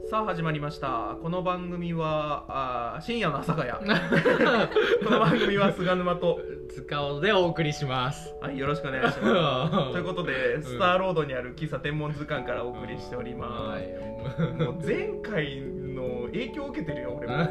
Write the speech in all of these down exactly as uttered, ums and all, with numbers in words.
さあ始まりました。この番組はあ深夜の阿佐ヶ谷この番組は菅沼と塚尾でお送りします。 はい、よろしくお願いしますということで、スターロードにある喫茶天文図鑑からお送りしております、うん、もう前回の影響を受けてるよ俺も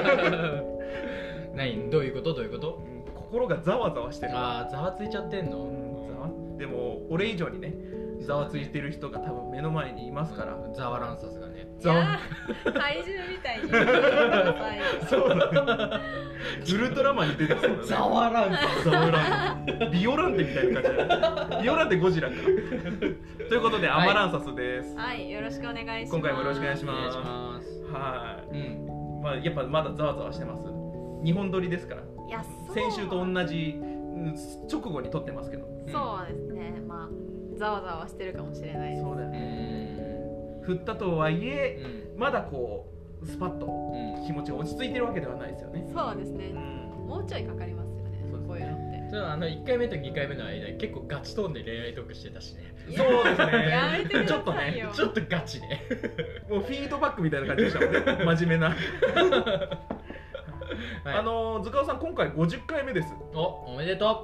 何どういうことどういうこと、 うん、心がざわざわしてる。 あーざわついちゃってんの、 うん、ざわでも俺以上にねざわついてる人が多分目の前にいますから、 うん、ザワランサスがねざわ怪獣みたいに言ってください。 そうだねウルトラマンに出てきそうだね。 ザワランサスザワランビオランテみたいな感じだビオランテゴジラかということで、はい、アマランサスです。 はい、よろしくお願いします。 今回もよろしくお願いします。 お願いします。 はい、うん、まあ、やっぱまだざわざわしてます。にほん撮りですから。 いや、 先週と同じ直後に撮ってますけど。 そうですね、まあざわざわしてるかもしれないです。 そうだよね。振ったとはいえ、うん、まだこうスパッと気持ちが落ち着いてるわけではないですよね。 そうですね、うん、もうちょいかかりますよね、こういうのって。 そう、あのいっかいめとにかいめの間に結構ガチトーンで恋愛トークしてたしね。 そうですねやめてくださいよ。 ちょっとねちょっとガチねもうフィードバックみたいな感じでしたもんね真面目なはい、あの塚尾さん今回ごじゅっかいめです。 お、おめでとう。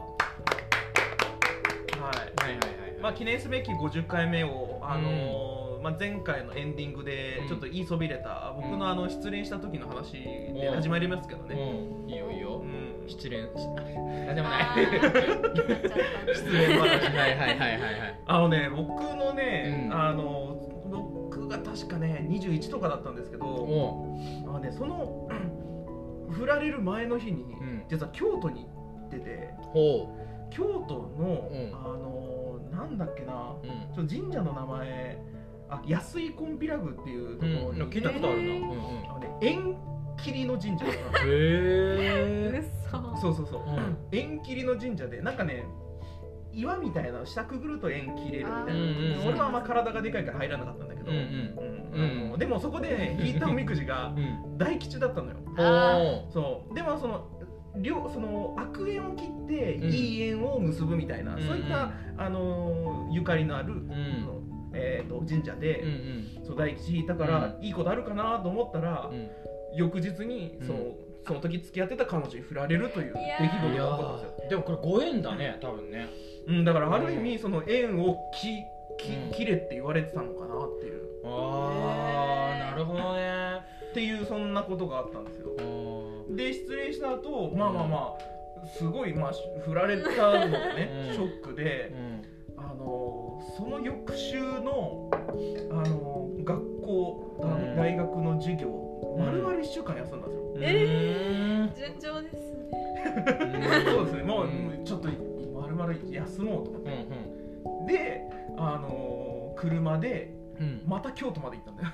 はい、はいはいはい、まあ、記念すべきごじゅっかいめを、あのーまあ、前回のエンディングでちょっと言いそびれた、うん、僕のあの失恋した時の話で始まりますけどね、 うん、いいよいいよ、うん、失恋なんでもない失恋話はいはいはいはいはい。 あのね、僕のね、うん、あの僕が確かねにじゅういちとかだったんですけど、あのね、その振られる前の日に、うん、実は京都に行ってて、ほう京都の、うん、あのなんだっけな、うん、ちょっと神社の名前、あ、安井金毘羅宮っていうところに、 うん、聞いたことあるな、うんうん、 あのね、縁切りの神社だな。へえそうそうそう、うん、縁切りの神社で、なんかね岩みたいなの下くぐると縁切れるみたいな、うんうん、俺はあんま体がでかいから入らなかったんだけど、うんうんうん、でもそこで引いたおみくじが大吉だったのよ。あ、そうでもその両その悪縁を切っていい縁を結ぶみたいな、うん、そういった、あのゆかりのある、うん、えー、と神社で、うんうん、そう大吉引いたから、うん、いいことあるかなと思ったら、うん、翌日にその、うん、その時付き合ってた彼女に振られるという出来事が起こったんですよ。 でもこれご縁だね、多分ね。 うん、だからある意味その縁をきき切れって言われてたのかなっていう。 ああ、なるほどね。 っていうそんなことがあったんですよ。で失恋した後、まあまあまあすごい、まあ、振られたのがね、うん、ショックで、うん、あのその翌週の、あの学校、うん、大学の授業、うん、丸々いっしゅうかん休んだんですよ。 えー、順調ですねそうですね、もう、うん、ちょっと丸々休もうと思って、うんうん、で、あの車でうん、また京都まで行ったんだ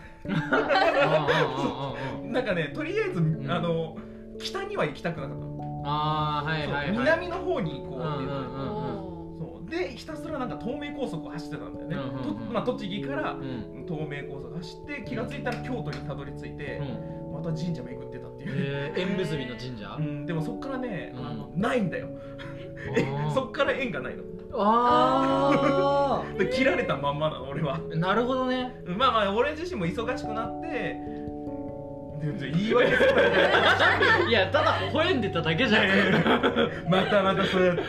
よなんかね、とりあえず、うん、あの北には行きたくなかったの。 あ、はいはいはい、 南の方に行こうっていうので、ひたすらなんか東名高速を走ってたんだよね、うんうんうん、まあ、栃木から東名高速走って気がついたら京都にたどり着いて、うん、また神社巡ってたっていう、 えー、縁結びの神社、 うん、でもそっからね、うん、あのないんだよそっから縁がないの。 あで切られたまんまなの俺は。 なるほどね。 まあまあ俺自身も忙しくなって言い訳するいや、ただ微笑んでただけじゃんまたまたそうやって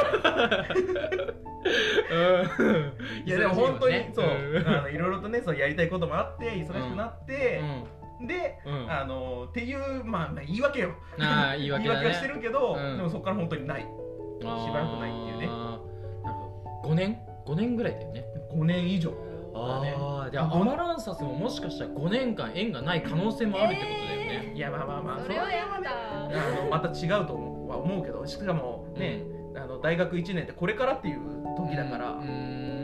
いやでも本当にそう、あのいろいろとね、そうやりたいこともあって忙しくなって、うん、で、うん、あのっていうまあ言い訳よ。 あ言い訳だね、 言い訳はしてるけど、うん、でもそこから本当にない、しばらくないっていうね。 ごねんごねんぐらいだよね。 ごねん以上。 ああ、じゃあアマランサスももしかしたらごねんかん縁がない可能性もあるってことだよね。 えー、 いやまあまあまあ、 それはやだ。 あのまた違うとは思うけど、しかもね、うん、あの大学いちねんってこれからっていう時だから。うん、うん、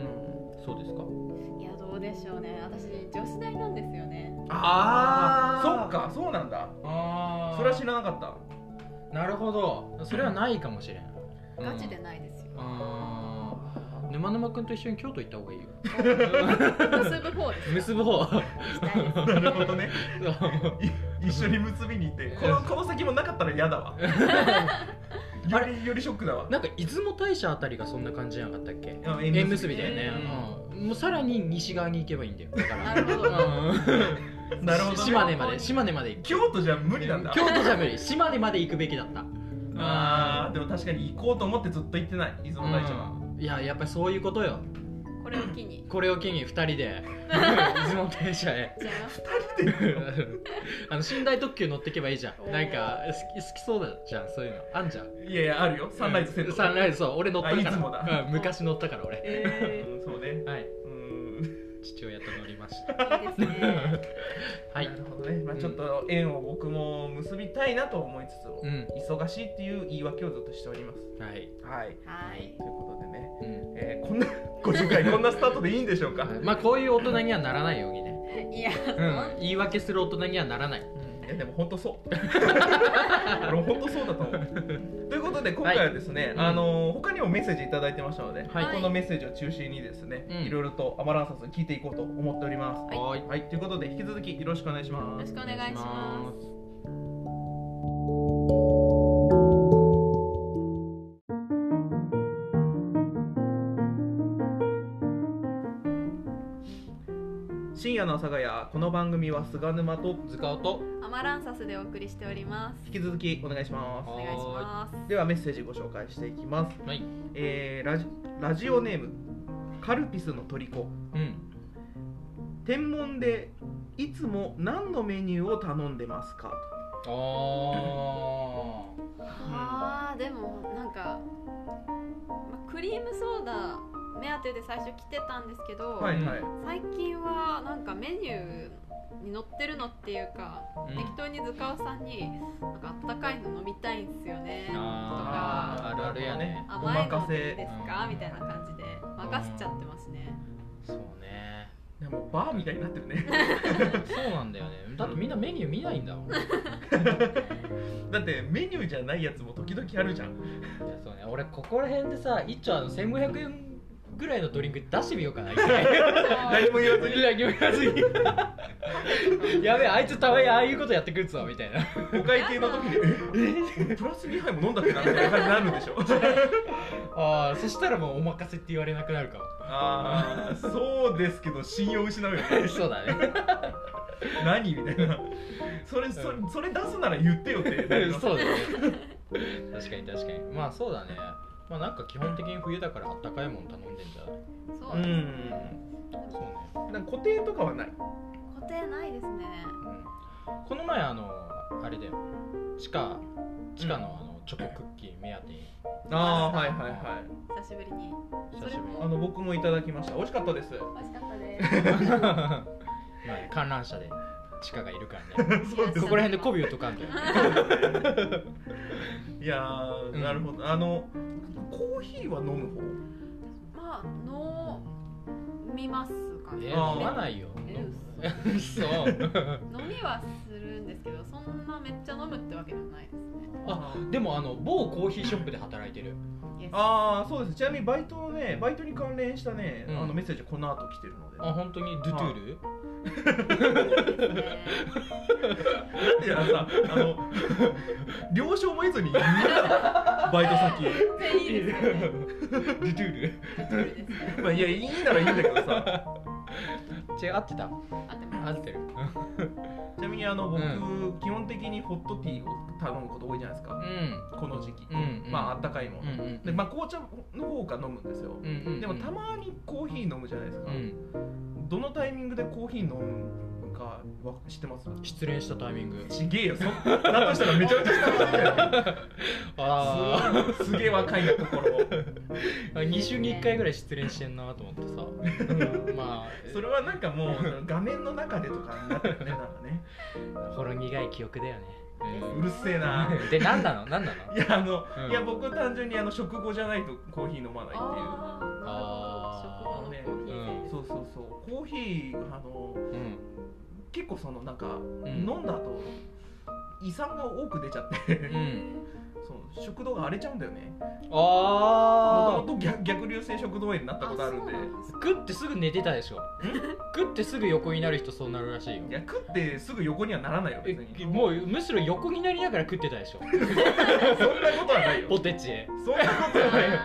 そうですか。 いやどうでしょうね。私女子大なんですよね。 ああ、そっか、そうなんだ。ああ、それは知らなかった。 なるほど、それはないかもしれん。 ガチでないですよ。 ああ。沼沼くんと一緒に京都行った方がいいよ。 結ぶ方です。 結ぶ方。 なるほどね。一緒に結びに行って、このこの先もなかったら嫌だわ。よりよりショックだわ。 なんか出雲大社あたりがそんな感じじゃなかったっけ？縁結びだよね。もうさらに西側に行けばいいんだよ。だから。 なるほど。 なるほど、ね、 島根まで島根まで行く。 京都じゃ無理なんだ。 京都じゃ無理、島根まで行くべきだった。 あーでも確かに行こうと思ってずっと行ってない、出雲大社は、 うん、いややっぱりそういうことよ。 これを機にこれを機にふたりで出雲大社へじゃあふたりであの寝台特急乗ってけばいいじゃん。なんか好き好きそうだじゃん、そういうのあんじゃん。 いやいやあるよ、サンライズセット、 サンライズ、そう俺乗ったから。 あ出雲だ、 うん、昔乗ったから俺。 えうん、そうね、 はい、 うーん父親と乗りましー、いいですねはい。 なるほどね、まあ、ちょっと縁を僕も結びたいなと思いつつも、 うん忙しいっていう言い訳をずっとしております。 はいはい、 はいということでね、 うんえーこんなごじゅっかいこんなスタートでいいんでしょうか。 まあこういう大人にはならないようにね、 いや、 うん、言い訳する大人にはならない。 いやでも本当そう俺も本当そうだと思うということで今回はですね、 はいあのー他にもメッセージいただいてましたので、 はいこのメッセージを中心にですね、 うんいろいろとアマランサス聞いていこうと思っております。 ははいい、ということで引き続きよろしくお願いしますよろし。くお願いします。 深夜の阿佐ヶ谷、この番組は菅沼と塚尾とアマランサスでお送りしております。 引き続きお願いします。 お願いします。 ではメッセージご紹介していきます。 はい、 えーラジラジオネームカルピスの虜。 うん天文でいつも何のメニューを頼んでますか？ ああーでもなんか、ま、クリームソーダ目当てで最初来てたんですけど、 はいはい。 最近はなんかメニューに載ってるのっていうか、 うん適当に塚尾さんになんかあったかいの飲みたいんですよねとあーかあるあるやね。 甘いのお任せですかみたいな感じで任せちゃってますね。 そうね、 でもバーみたいになってるね。 そうなんだよね。だってみんなメニュー見ないんだもん。いやだってメニューじゃないやつも時々あるじゃん。 そうね、俺ここら辺でさ一丁あのせんごひゃくえんぐらいのドリンク出してみようかな。 何も言わずに何も言わずにやべえ、あいつたまにああいうことやってくるぞみたいな。 お会計の時にえプラスにはいも飲んだっけなみたいな感じになるんでしょ。 ああ、そしたらもうお任せって言われなくなるかも。 ああそうですけど信用失うよね。 そうだね。 何みたいな。それそれそれ出すなら言ってよってなります。 そうだね。確かに確かに。まあそうだね。まあなんか基本的に冬だからあったかいもん頼んでんじゃない。 そううですね。 ん。 そうね。 なんか固定とかはない。 固定ないですね。 うん、この前あのあれだよ。地下地下のあのチョコクッキー目当てに。 ああはいはいはい。 久しぶりに。 久しぶりにあの僕もいただきました。美味しかったです。 美味しかったです。 まあ観覧車で地下がいるからね。 そうですここら辺で媚び打っとかんとよ。 いやー、なるほど。あのコーヒーは飲む方？ まあ飲みますかね。 えあー飲まないよ。 え嘘。 飲みはするんですけど、そんなめっちゃ飲むってわけでもないですね。 あ、でもあの某コーヒーショップで働いてる。 イエスああそうです。ちなみにバイトのねバイトに関連したね、 うんあのメッセージこの後来てるので。 あ、本当にドゥトゥール？ ですね。 なんであのさあの了承も得ずに言うなバイト先。 全然いいですよね。 ドゥトゥール？ ルールですね。 まあいやいいならいいんだけどさ。 違う、合ってた？ 合ってます。 合ってる。 ちなみにあの僕、 う基本的にホットティーを頼むこと多いじゃないですか。 うん。 この時期。 うんうんまああったかいもの。 うんうん。 でまあ紅茶の方が飲むんですよ。 うんうんうん。 でもたまにコーヒー飲むじゃないですか。 うん。 どのタイミングでコーヒー飲むかは知ってます？ 失恋したタイミング。 ちげえよ。そだとしたらめちゃめちゃ下だよ。 あすすげえ若いな心。 あ。に週にいっかいぐらい失恋してんなと思ってさ。うん、まあそれはなんかもう画面の中でとかになってるねなんかね。 ほろ苦い記憶だよね。 うるせえな。 で、なんなのなんなの？ いやあの、 うんいや僕単純にあの食後じゃないとコーヒー飲まないっていう。 ああー食後のコーヒーうんそうそうそうコーヒーあのうん。 結構そのなんか、 ん飲んだ後胃酸が多く出ちゃって、 うん。 そう食道が荒れちゃうんだよね。 あもともと逆逆流性食道炎になったことあるんで。 そうなんですあ。食ってすぐ寝てたでしょ。食ってすぐ横になる人そうなるらしいよい。や食ってすぐ横にはならないよ別えに。 もうむしろ横になりながら食ってたでしょ。 そんなことはないよ。 ポテチへ。 そんなことはないよ。 あ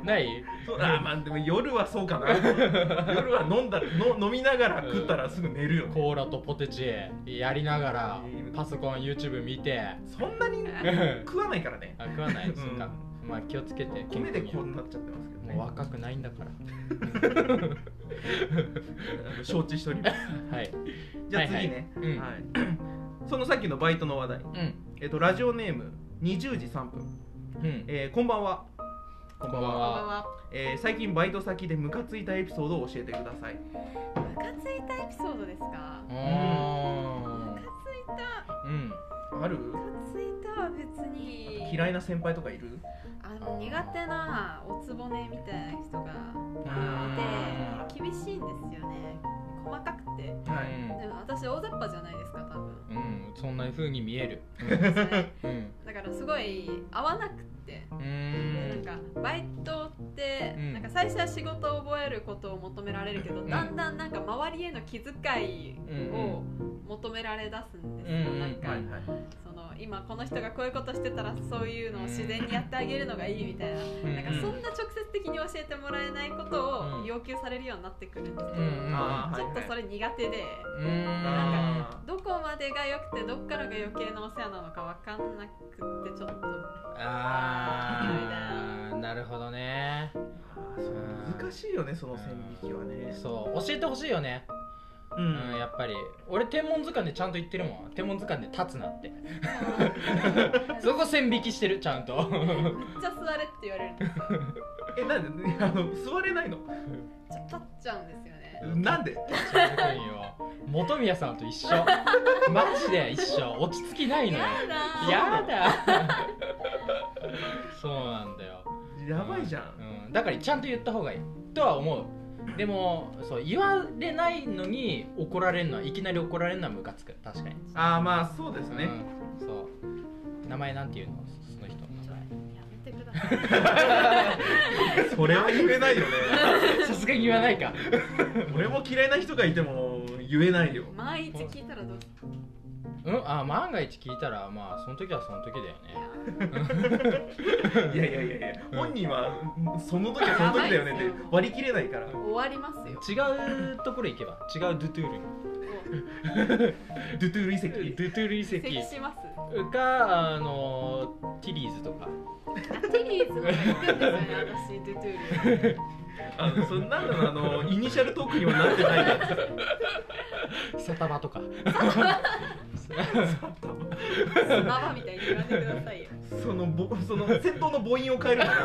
ないそうあまあでも夜はそうかな夜は飲んだらの飲みながら食ったらすぐ寝るよ、ね、 コーラとポテチやりながらパソコン YouTube 見てそんなに食わないからねあ食わない、うん、そっかまあ気をつけて米でこうなっちゃってますけどね。 もう若くないんだから承知しておりますはいじゃあ次ね、はいはい、はい、そのさっきのバイトの話題、うん、えっとラジオネームにじゅうじさんぷん、うんえー、こんばんはこんばんは、こんばんは、えー、最近バイト先でムカついたエピソードを教えてください。 ムカついたエピソードですか。ムカついた、 うん、ある？ ムカついたは別に嫌いな先輩とかいる？ あの苦手なおつぼねみたいな人がいて厳しいんですよね。細かくて、はい、でも私大雑把じゃないですか多分。 うん、そんな風に見える。 そうですね。うん、だからすごい合わなくて。うんなんかバイトって、うん、なんか最初は仕事を覚えることを求められるけど、うん、だんだんなんか周りへの気遣いを求められだすんですよ、うん、なんか、はいはい、その今この人がこういうことしてたらそういうのを自然にやってあげるのがいいみたいな、うん、なんかそんな直接的に教えてもらえないことを要求されるようになってくるんですけど、うん、ちょっとそれ苦手で、うん、なんかどこまでが良くてどっからが余計なお世話なのか分かんなくってちょっとあーなるほどね。 難しいよねその線引きはね。 そう教えてほしいよね。うん、うん、やっぱり俺天文図鑑でちゃんと言ってるもん。天文図鑑で立つなってそこ線引きしてるちゃんとめっちゃ座れって言われるんですよえなんであの座れないの？ ちょっと立っちゃうんですよね。 なんで？ 本宮さんと一緒マジで一緒落ち着きないのよ。やだやだそうなんだよ。 やばいじゃん、 うんうん、だからちゃんと言った方がいいとは思う。でもそう言われないのに怒られるのはいきなり怒られるのはムカつく。確かに。 ああまあそうですね、 うん、そう名前なんていうのその人の名前。 やめてくださいそれは言えないよねさすがに言わないか俺も嫌いな人がいても言えないよ。 万一聞いたらどうする？ うんあ万が一聞いたらまあその時はその時だよねいやいやいやいや本人はその時はその時だよねって割り切れないから終わりますよ。 違うところ行けば違うドゥトゥールドゥトゥール遺跡ドゥトゥール遺跡移籍しますかあのティリーズとかティリーズも言ってるんですよね私ドゥトゥールあのそんなのあのイニシャルトークにはなってないやつサタバとかスマバみたいに言わんでくださいよ。 そのぼその先頭の母音を変えるの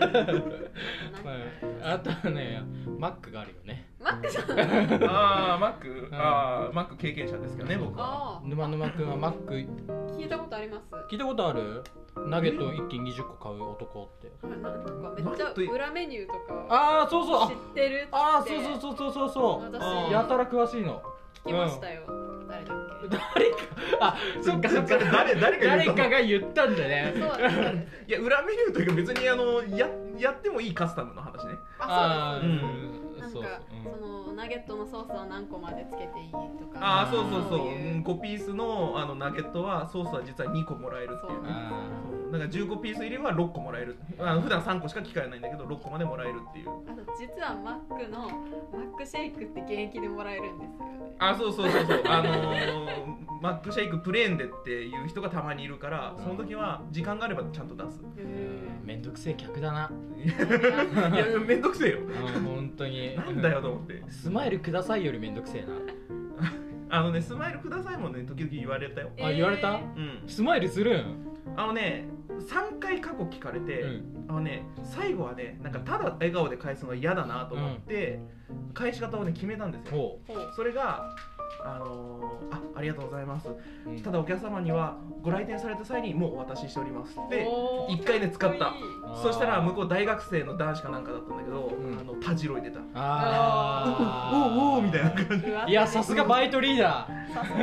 あとはねマックがあるよね。 マックさんああマックああマック経験者ですけどね僕は。 沼沼くんはマック聞いたことあります。 聞いたことある？ナゲット一気ににじゅっこ買う男って。 なんかめっちゃ裏メニューとかああそうそう知ってるって。 ああそうそうそうそうそう私やたら詳しいの聞きましたよ、うん、誰だっけ。 誰かあそっかそっか誰誰か誰かが言ったんだね。 そうですいや裏メニューというか別にあのややってもいいカスタムの話ね。 あそうです。なんかそうそう、うん、そのナゲットのソースは何個までつけていいとか。 ああそうそうそう。ごピースのあのナゲットはソースは実はにこもらえるっていうね。だからじゅうごピース入りはろっこもらえる。あの普段さんこしか聞かれないんだけどろっこまでもらえるっていう。 あと実はマックのマックシェイクって現役でもらえるんですよね。 あそうそうそうそうあのー、マックシェイクプレーンでっていう人がたまにいるからその時は時間があればちゃんと出す。 めんどくせえ客だな。 いやめんどくせえよ本当になんだよと思って。 スマイルくださいよりめんどくせえなあのねスマイルくださいもね時々言われたよ。 あ言われた？ うんスマイルするん？ あのねさんかい過去聞かれて、うん、あのね最後はねなんかただ笑顔で返すのが嫌だなと思って、うん、返し方をね決めたんですよ。それがあのー、あ, ありがとうございます、うん、ただお客様にはご来店された際にもうお渡ししておりますっていっかいね使った。そしたら向こう大学生の男子かなんかだったんだけど、うん、あのたじろいでた。ああおおおおみたいな感じ。 いやさすがバイトリーダーさすがですね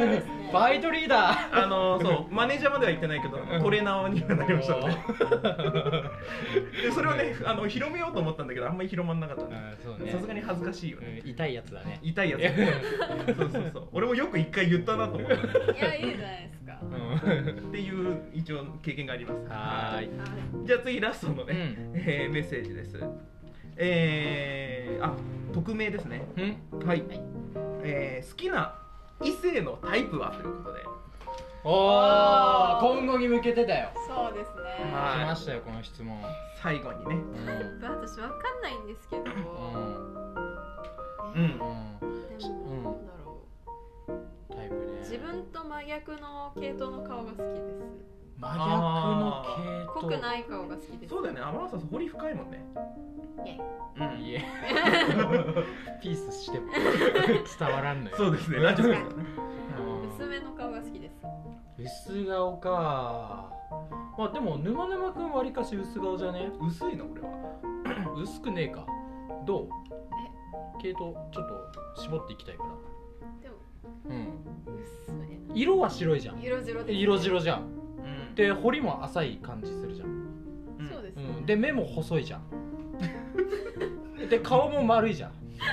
バイトリーダーあのそうマネージャーまでは言ってないけどトレーナーにはなりましたねでそれをねあの広めようと思ったんだけどあんまり広まんなかったさすがに恥ずかしいよね、 うん、痛いやつだね痛いやつそうそうそう俺もよく一回言ったなと思っていやいいじゃないですか、 うん、っていう一応経験があります。 はい。 じゃあ次ラストのね、うんえー、メッセージです。えー、あ匿名ですね。はい、はいえー。好きな異性のタイプはということで。 おー今後に向けてだよ。 そうですね。 来ましたよこの質問。 最後にね。 タイプ私わかんないんですけど。うん。うん。 うんでもなんだろう。タイプね。自分と真逆の系統の顔が好きです。 真逆の系統。 濃くない顔が好きです。 そうだよね。天野さん彫り深いもんね。 イエイ。 うんイエイ。ピースしても伝わらんのよ。 そうですね。ラジオですからね。 薄めの顔が好きです。 薄顔か。まあでも沼沼くんわりかし薄顔じゃね？ 薄いの俺は。 薄くねえか。どう？え？系統ちょっと絞っていきたいから。 でも。 うん。 薄い。 色は白いじゃん。 色白です、ね。 色白じゃん。 うん、 で彫りも浅い感じするじゃん。 うん、そうですね、 うん。で目も細いじゃん。で顔も丸いじゃ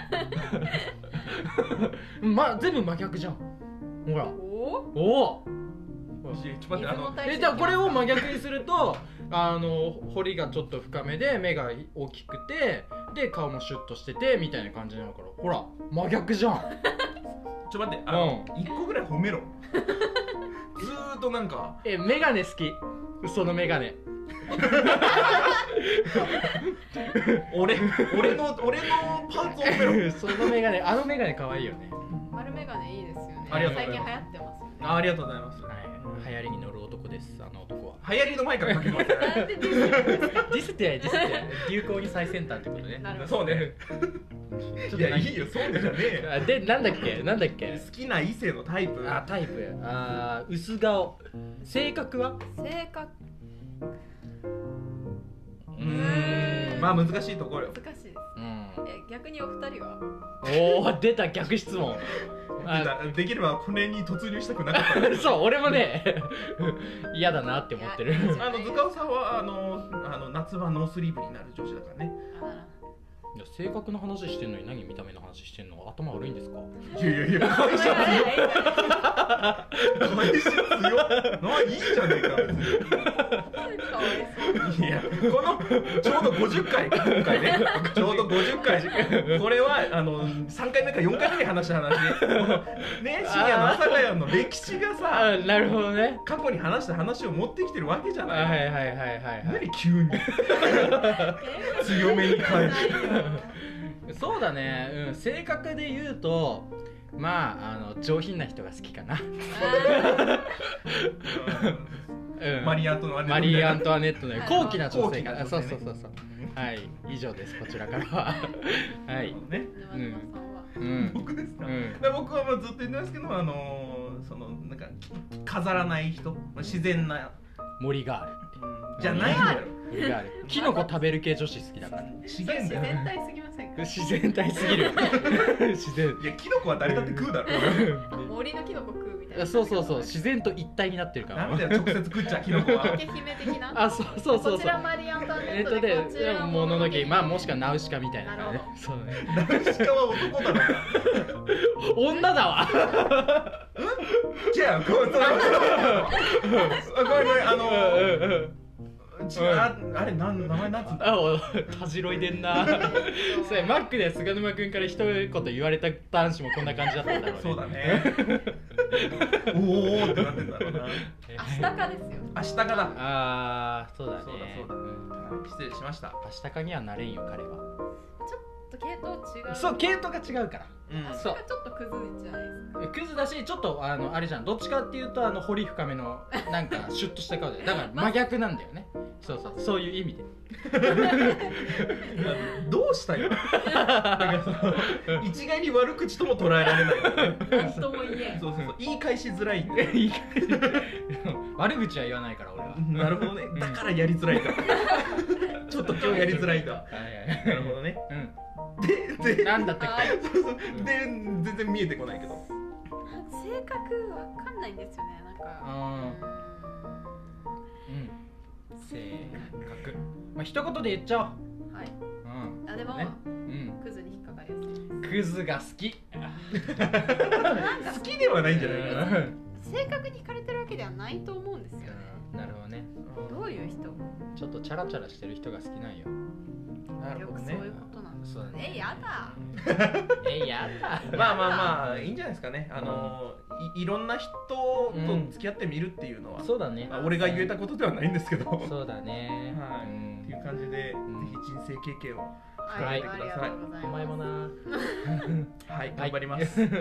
ん。ま全部真逆じゃん。ほら。 おお。 ちょっと待ってあのえじゃあこれを真逆にするとあの彫りがちょっと深めで目が大きくてで顔もシュッとしててみたいな感じなのからほら真逆じゃん。 ちょっと待ってあの、うん、いっこぐらい褒めろ。ずーっとなんかえメガネ好きそのメガネ。 俺俺の俺のパンツを褒めろ。 そのメガネあのメガネ可愛いよね。 丸メガネいいですよね。 ありがとう最近流行ってますよね。 あ、ありがとうございます。 はい、流行りに乗る男です。あの男は。 流行りの前からかけてますね。 なんでディスってるんですか。 ディスってないディスってない。流行に最先端ってことね。 なるほど。 そうね。いやいいよそうじゃねえよ。 でなんだっけなんだっけ。 好きな異性のタイプ。 あタイプ。あ薄顔。性格は？ 性格。 うーんまあ難しいところよ。 難しいです。 うん。 え逆にお二人は？ おお出た逆質問。 できればこれに突入したくなかった。 そう俺もね嫌だなって思ってる。 あの塚尾さんはあのあの夏場ノースリーブになる女子だからね。 いや性格の話してんのに何見た目の話してんの頭悪いんですか？ いやいやいや会社強い会社強いないいじゃねえか別に。いやこのちょうどごじゅっかい今回ねちょうどごじゅっかいこれはあのさんかいめかよんかいめに話した話ね深夜の阿佐ヶ谷の歴史がさあなるほどね過去に話した話を持ってきてるわけじゃない。 はいはいはいはいはい何急に強めに返す。 そうだね、うん、性格で言うとまああの上品な人が好きかな。 うん、マリー・アントワネットマリー・アントワネットの高貴な女性が、 ね、 そうそうそうそうはい以上ですこちらからははいね、 うん、 僕ですか、うん、で僕はまあずっと言ってますけどあのー、そのなんか飾らない人自然な森があるじゃないんだよ。 キノコ食べる系女子好きだから。 自然体すぎませんか？ 自然体すぎる。自然。 いやキノコは誰だって食うだろ。 森のキノコ食うみたいな。 そうそうそう自然と一体になってるから。 なんだよ直接食っちゃキノコは。 竹姫的な。 あそうそうそうそう。 こちらマリー・アントワネットでこちらもののけまあもしくはナウシカみたいなね。 そうね。 ナウシカは男だろ。 女だわ。 じゃあこれこれあの。あ, あれなん名前なんつうんだ。 あおたじろいでんな。それマックで菅沼君から一言言われた男子もこんな感じだったんだろうね。 そうだね。おーってなってんだろうな。 アシタカですよ。 アシタカだ。 ああそうだね。 そうだそうだ、うん、失礼しました。 アシタカにはなれんよ彼は。 ちょっと系統違う。 そう系統が違うから。 うん、そうちょっとクズじゃないですか。 クズだしちょっとあのあれじゃんどっちかっていうとあの彫り深めのなんかシュッとした顔でだから真逆なんだよね。そうそうそういう意味で。 どうしたいの？一概に悪口とも捉えられない。 なんとも言えん。 そうそうそう言い返しづらいんだよ。 悪口は言わないから俺は。 なるほどね。だからやりづらいんだ。ちょっと今日やりづらいんだ。なるほどね。 うん。 で、で、 なんだってか。 そうそうで、全然見えてこないけど。 好性格わかんないんですよね。なんかうん性格、まあ一言で言っちゃおう。 はい、 うん、 あでも、 ね、うん、 クズに引っかかりやすい。 クズが好き好きではないんじゃないかな。 性格に惹かれてるわけではないと思うんですよね。 なるほどね。 どういう人？ ちょっとチャラチャラしてる人が好きなんよ。 なるほどね。 よくそういうことなんです。 そうだね。 えやだえやだまあまあまあいいんじゃないですかね。あの い, いろんな人と付き合ってみるっていうのは、うん、 そうだね。 まあ、俺が言えたことではないんですけどそうだね、 はい、うん、っていう感じで、うん、ぜひ人生経験を深めてください。 お前もなはい、頑張りますはい。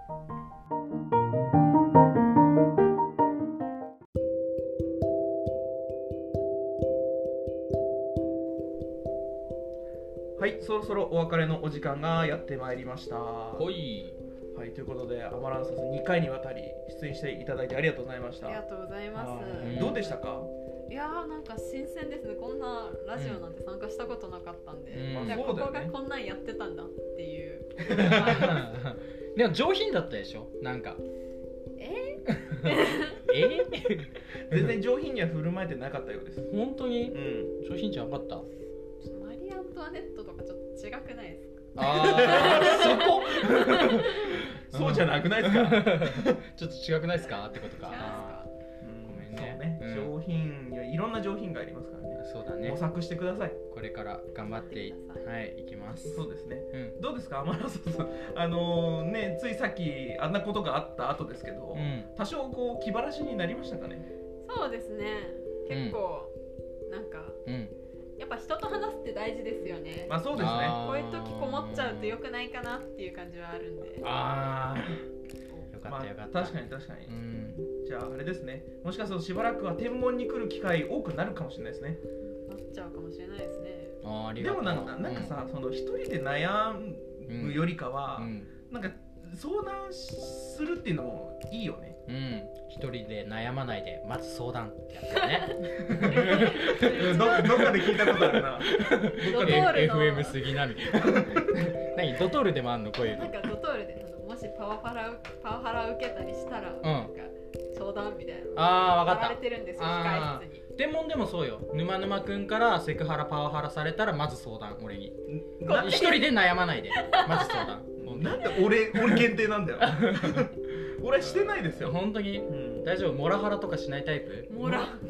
はい、そろそろお別れのお時間がやってまいりました。 ほい。 はい、ということでアマランサスにかいにわたり出演していただいてありがとうございました。 ありがとうございます。 どうでしたか？ いやーなんか新鮮ですね。こんなラジオなんて参加したことなかったんで、 うん、 じゃあここがこんなんやってたんだっていうでも上品だったでしょ、なんかええ全然上品には振る舞えてなかったようです。 本当に、 うん、 上品じゃなかった。 マリー・アントワネットとかちょっと違くないですか？ あそこそうじゃなくないですか？ ちょっと違くないですかってことか。 ごめんね、うん、上品いろんな上品がありますからね。 そうだね、 模索してください。 これから頑張ってはいいきます。 そうですね、 うん、 どうですかアマランサスあのー、ねついさっきあんなことがあった後ですけど、うん、多少こう気晴らしになりましたかね？ そうですね、結構、うん、なんか、うん、やっぱ人と話すって大事ですよね。 まあそうですね。 こういう時こもっちゃうと良くないかなっていう感じはあるんで。 ああよかったよかった、 まあ、確かに確かに、うん、じゃああれですね、もしかするとしばらくは天文に来る機会多くなるかもしれないですね。 なっちゃうかもしれないですね。 あありがとう。 でもなんか、なんかさ、うん、その一人で悩むよりかは、うん、なんか相談するっていうのもいいよね。 うん、一人で悩まないでまず相談ってやったねど, どっかで聞いたことあるな。 ドトールのエフエム 杉並何ドトールでもあんのこういうの。 なんかドトールでもしパワハラパワハラ受けたりしたら、うん、なんか相談みたいなのあー分かったやられてるんですよ、控え室に。 でもでもそうよ、沼沼くんからセクハラパワハラされたらまず相談、俺に一人で悩まないでまず相談なんで俺俺限定なんだよ俺してないですよ本当に、うん、大丈夫？モラハラとかしないタイプ？ モラ、 うん、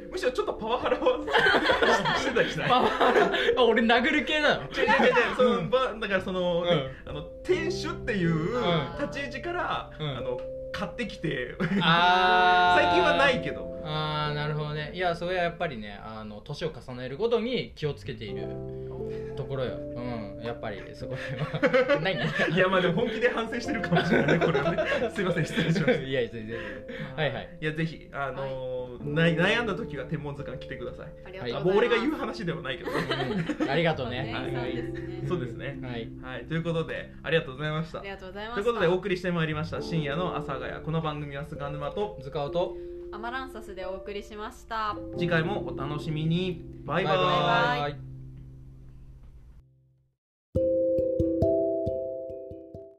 むしろちょっとパワハラはしてたりしない？ パワハラあ俺殴る系なの？ 違う違う違うその、ばだからその、うんね、あの店主っていう立ち位置から、うん、あの買ってきてあ最近はないけど。 ああなるほどね。いやそれはやっぱりね、あの年を重ねるごとに気をつけているところよ。うんやっぱりそこではないね。 いやまあでも本気で反省してるかもしれないこれはね。すいません失礼しました。 いやいや全然はいはい。 いやぜひあのーはい、悩んだ時は天文図鑑来てください。 ありがとうございます。 もう俺が言う話ではないけどね。 うん、ありがとうね。 はいはい。 そうですね。 はい、 はい、ということでありがとうございました。 ありがとうございました。 ということでお送りしてまいりました深夜の阿佐ヶ谷。この番組は菅沼と塚尾とアマランサスでお送りしました。 次回もお楽しみに。バイバイ。 バイバイ。